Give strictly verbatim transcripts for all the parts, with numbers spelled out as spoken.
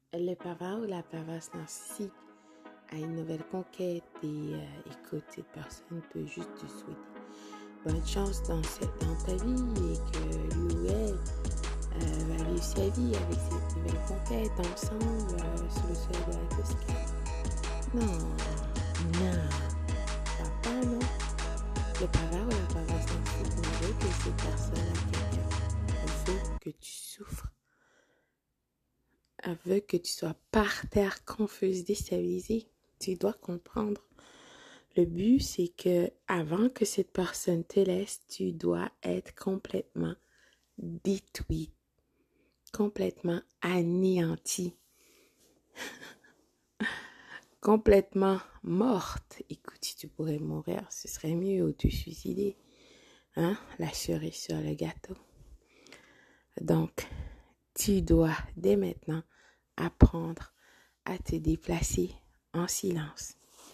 Le pervers ou la perverse narcissique a une nouvelle conquête et euh, écoute, cette personne peut juste te souhaiter bonne chance dans, cette, dans ta vie et que lui ou elle euh, va vivre sa vie avec cette nouvelle conquête ensemble euh, sur le sol de la Toscane. Non, non, papa, non. Le pervers ou la perverse narcissique ne veut que cette personne a quelqu'un veut que tu souffres. Elle veut que tu sois par terre, confuse, déstabilisée. Tu dois comprendre. Le but, c'est que avant que cette personne te laisse, tu dois être complètement détruit, complètement anéanti, complètement morte. Écoute, si tu pourrais mourir, ce serait mieux ou te suicider. Hein? La cerise sur le gâteau. Donc, tu dois dès maintenant apprendre à te déplacer en silence.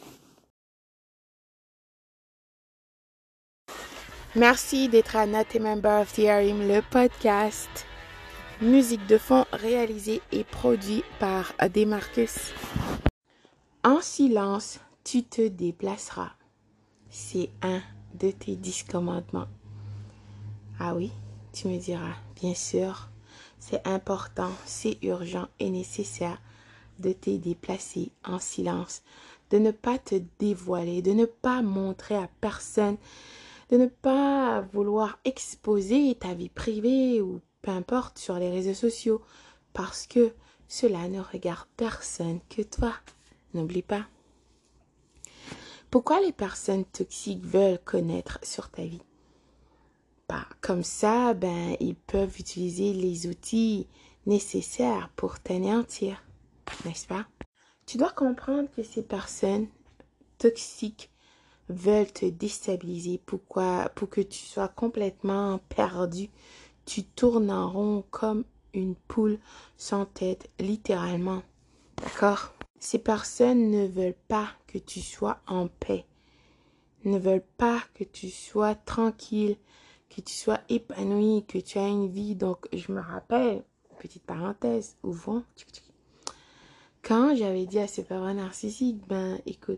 Merci d'être un Not a Member of Theorem, le podcast. Musique de fond réalisée et produit par Demarcus. En silence, tu te déplaceras. C'est un de tes dix commandements. Ah oui, tu me diras, bien sûr, c'est important, c'est urgent et nécessaire de te déplacer en silence, de ne pas te dévoiler, de ne pas montrer à personne, de ne pas vouloir exposer ta vie privée ou peu importe sur les réseaux sociaux parce que cela ne regarde personne que toi. N'oublie pas. Pourquoi les personnes toxiques veulent connaître sur ta vie? Bah, comme ça, ben, ils peuvent utiliser les outils nécessaires pour t'anéantir, n'est-ce pas? Tu dois comprendre que ces personnes toxiques veulent te déstabiliser. Pourquoi? Pour que tu sois complètement perdu. Tu tournes en rond comme une poule sans tête, littéralement. D'accord? Ces personnes ne veulent pas que tu sois en paix. Ne veulent pas que tu sois tranquille, que tu sois épanoui, que tu aies une vie. Donc, je me rappelle, petite parenthèse, ouvrons. Quand j'avais dit à ce pervers narcissique, ben, écoute,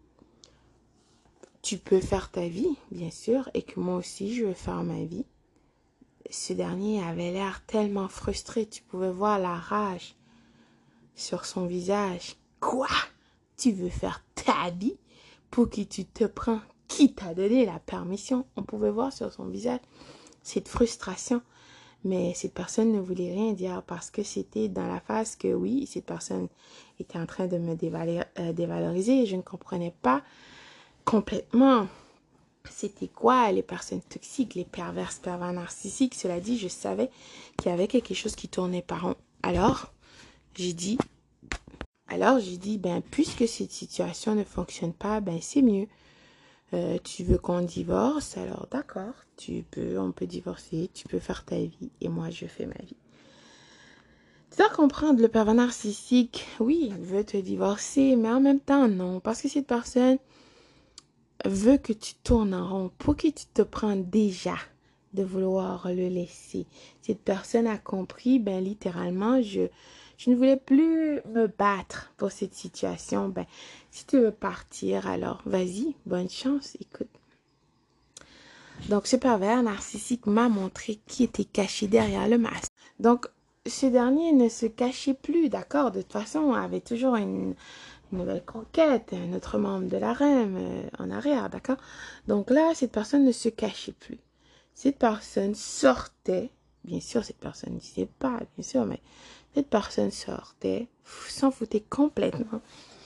tu peux faire ta vie, bien sûr, et que moi aussi, je veux faire ma vie. Ce dernier avait l'air tellement frustré, tu pouvais voir la rage sur son visage. Quoi? Tu veux faire ta vie pour qui tu te prends? Qui t'a donné la permission? On pouvait voir sur son visage cette frustration. Mais cette personne ne voulait rien dire parce que c'était dans la phase que oui, cette personne était en train de me dévaloriser, euh, dévaloriser et je ne comprenais pas complètement c'était quoi les personnes toxiques, les perverses, pervers narcissiques. Cela dit, je savais qu'il y avait quelque chose qui tournait par rond. Alors, j'ai dit, alors j'ai dit, ben, puisque cette situation ne fonctionne pas, ben, c'est mieux. Euh, tu veux qu'on divorce? Alors, d'accord, tu peux, on peut divorcer, tu peux faire ta vie et moi, je fais ma vie. Tu dois comprendre, le pervers narcissique, oui, il veut te divorcer, mais en même temps, non, parce que cette personne veut que tu tournes en rond. Pour que tu te prends déjà de vouloir le laisser. Cette personne a compris, ben littéralement, je, je ne voulais plus me battre pour cette situation. Ben, si tu veux partir, alors vas-y, bonne chance, écoute. Donc, ce pervers narcissique m'a montré qui était caché derrière le masque. Donc, ce dernier ne se cachait plus, d'accord? De toute façon, avait toujours une nouvelle conquête, un autre membre de la REM euh, en arrière, d'accord? Donc là, cette personne ne se cachait plus. Cette personne sortait, bien sûr, cette personne ne disait pas, bien sûr, mais cette personne sortait, s'en foutait complètement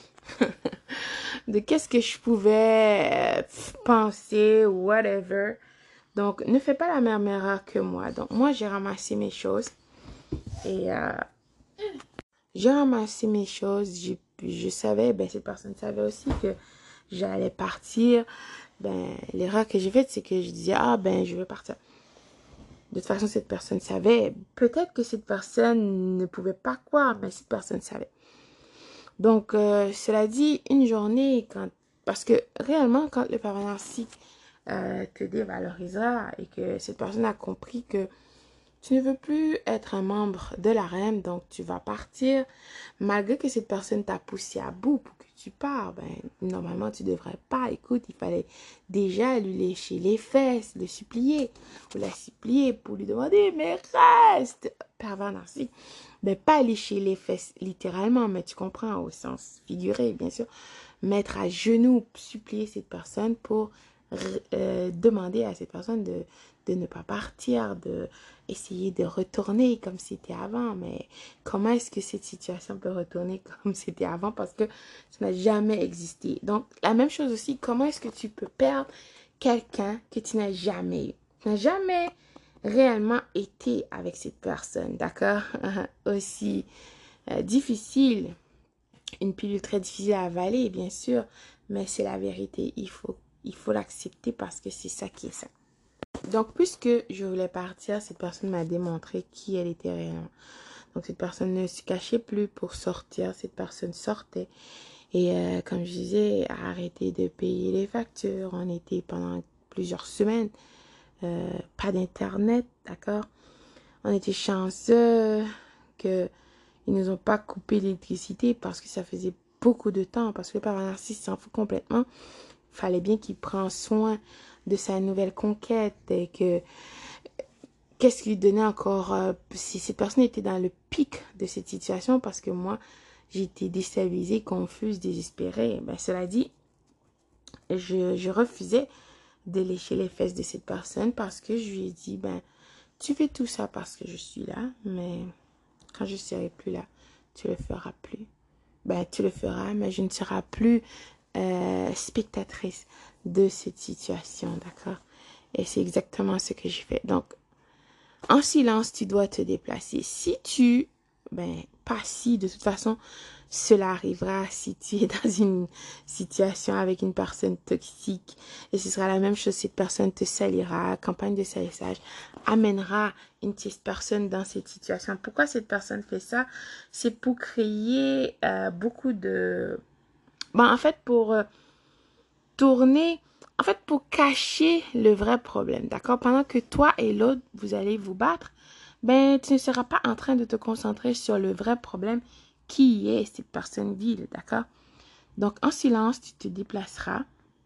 de qu'est-ce que je pouvais penser, whatever. Donc, ne fais pas la même erreur que moi. Donc, moi, j'ai ramassé mes choses et euh, j'ai ramassé mes choses, j'ai je savais, ben cette personne savait aussi que j'allais partir. Ben, l'erreur que j'ai faite, c'est que je disais, ah, ben, je veux partir. De toute façon, cette personne savait. Peut-être que cette personne ne pouvait pas croire, mais cette personne savait. Donc, euh, cela dit, une journée, quand, parce que réellement, quand le pervers narcissique euh, te dévalorisera et que cette personne a compris que Tu ne veux plus être un membre de la reine, donc tu vas partir. Malgré que cette personne t'a poussé à bout pour que tu pars, ben, normalement, tu ne devrais pas. Écoute, il fallait déjà lui lécher les fesses, le supplier, ou la supplier pour lui demander, mais reste, pervers narcissique. Ben, pas lécher les fesses littéralement, mais tu comprends au sens figuré, bien sûr. Mettre à genoux, supplier cette personne pour euh, demander à cette personne de, de ne pas partir, de essayer de retourner comme c'était avant. Mais comment est-ce que cette situation peut retourner comme c'était avant? Parce que ça n'a jamais existé. Donc, la même chose aussi, comment est-ce que tu peux perdre quelqu'un que tu n'as jamais eu? Tu n'as jamais réellement été avec cette personne, d'accord? Aussi euh, difficile, une pilule très difficile à avaler, bien sûr, mais c'est la vérité. Il faut, il faut l'accepter parce que c'est ça qui est ça. Donc, puisque je voulais partir, cette personne m'a démontré qui elle était réellement. Donc, cette personne ne se cachait plus pour sortir. Cette personne sortait. Et euh, comme je disais, a arrêté de payer les factures. On était pendant plusieurs semaines. Euh, pas d'internet, d'accord? On était chanceux qu'ils ne nous ont pas coupé l'électricité parce que ça faisait beaucoup de temps. Parce que le père narcissique s'en fout complètement. Il fallait bien qu'il prenne soin de sa nouvelle conquête et que qu'est-ce qui lui donnait encore euh, si cette personne était dans le pic de cette situation parce que moi j'étais déstabilisée, confuse, désespérée. Ben, cela dit, je, je refusais de lécher les fesses de cette personne parce que je lui ai dit, ben tu fais tout ça parce que je suis là, mais quand je serai plus là, tu le feras plus. Ben tu le feras, mais je ne serai plus euh, spectatrice de cette situation, d'accord? Et c'est exactement ce que j'ai fait. Donc, en silence, tu dois te déplacer. Si tu, ben, pas si, de toute façon, cela arrivera si tu es dans une situation avec une personne toxique. Et ce sera la même chose, cette personne te salira, campagne de salissage, amènera une tierce personne dans cette situation. Pourquoi cette personne fait ça? C'est pour créer euh, beaucoup de... Ben, en fait, pour... Euh, tourner, en fait, pour cacher le vrai problème, d'accord? Pendant que toi et l'autre, vous allez vous battre, ben, tu ne seras pas en train de te concentrer sur le vrai problème qui est cette personne vile, d'accord? Donc, en silence, tu te déplaceras.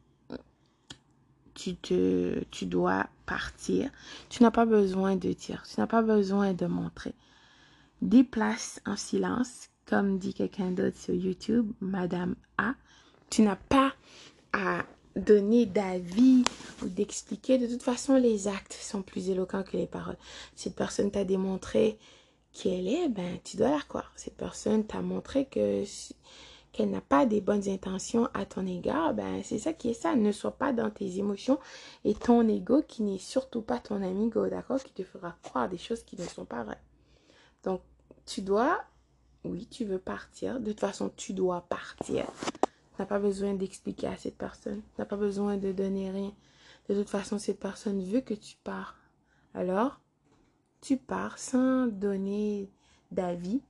Tu, te, tu dois partir. Tu n'as pas besoin de dire. Tu n'as pas besoin de montrer. Déplace en silence, comme dit quelqu'un d'autre sur YouTube, Madame A. Tu n'as pas à donner d'avis ou d'expliquer. De toute façon, les actes sont plus éloquents que les paroles. Cette personne t'a démontré qui elle est, ben, tu dois la croire. Cette personne t'a montré que qu'elle n'a pas des bonnes intentions à ton égard, ben, c'est ça qui est ça. Ne sois pas dans tes émotions et ton ego qui n'est surtout pas ton amigo, d'accord? Qui te fera croire des choses qui ne sont pas vraies. Donc, tu dois, oui, tu veux partir. De toute façon, tu dois partir. Tu n'as pas besoin d'expliquer à cette personne. Tu n'as pas besoin de donner rien. De toute façon, cette personne veut que tu pars. Alors, tu pars sans donner d'avis.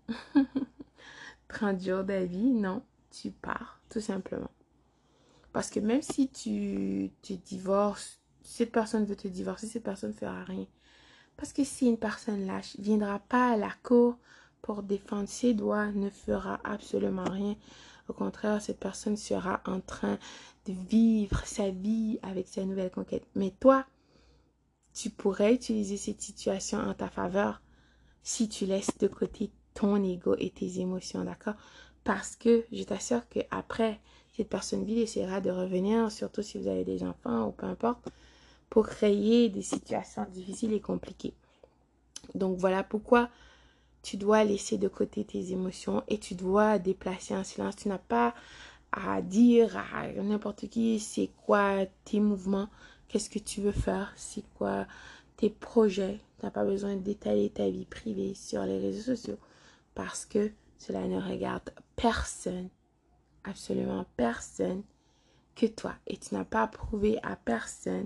trente jours d'avis, non. Tu pars, tout simplement. Parce que même si tu te divorces, cette personne veut te divorcer, cette personne ne fera rien. Parce que si une personne lâche, ne viendra pas à la cour pour défendre ses droits, ne fera absolument rien. Au contraire, cette personne sera en train de vivre sa vie avec sa nouvelle conquête. Mais toi, tu pourrais utiliser cette situation en ta faveur si tu laisses de côté ton ego et tes émotions, d'accord? Parce que je t'assure qu'après, cette personne vile essaiera de revenir, surtout si vous avez des enfants ou peu importe, pour créer des situations difficiles et compliquées. Donc voilà pourquoi tu dois laisser de côté tes émotions et tu dois déplacer en silence. Tu n'as pas à dire à n'importe qui c'est quoi tes mouvements, qu'est-ce que tu veux faire, c'est quoi tes projets. Tu n'as pas besoin d'étaler ta vie privée sur les réseaux sociaux parce que cela ne regarde personne, absolument personne que toi. Et tu n'as pas prouvé à personne,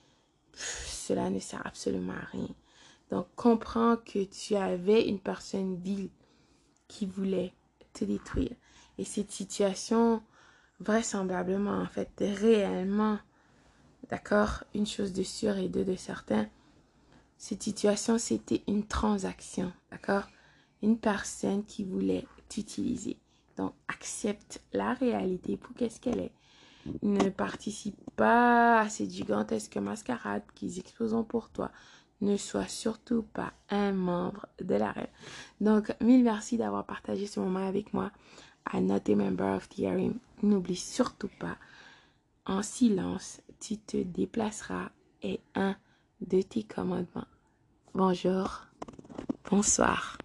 cela ne sert absolument à rien. Donc, comprends que tu avais une personne vile qui voulait te détruire. Et cette situation, vraisemblablement, en fait, réellement, d'accord, une chose de sûre et deux de certain, Cette situation, c'était une transaction, d'accord? Une personne qui voulait t'utiliser. Donc, accepte la réalité pour qu'est-ce qu'elle est. Ne participe pas à cette gigantesque mascarade qu'ils exposent pour toi. Ne sois surtout pas un membre de la reine. Donc, mille merci d'avoir partagé ce moment avec moi. I'm not a member of the harem. N'oublie surtout pas, en silence, tu te déplaceras est un de tes commandements. Bonjour, bonsoir.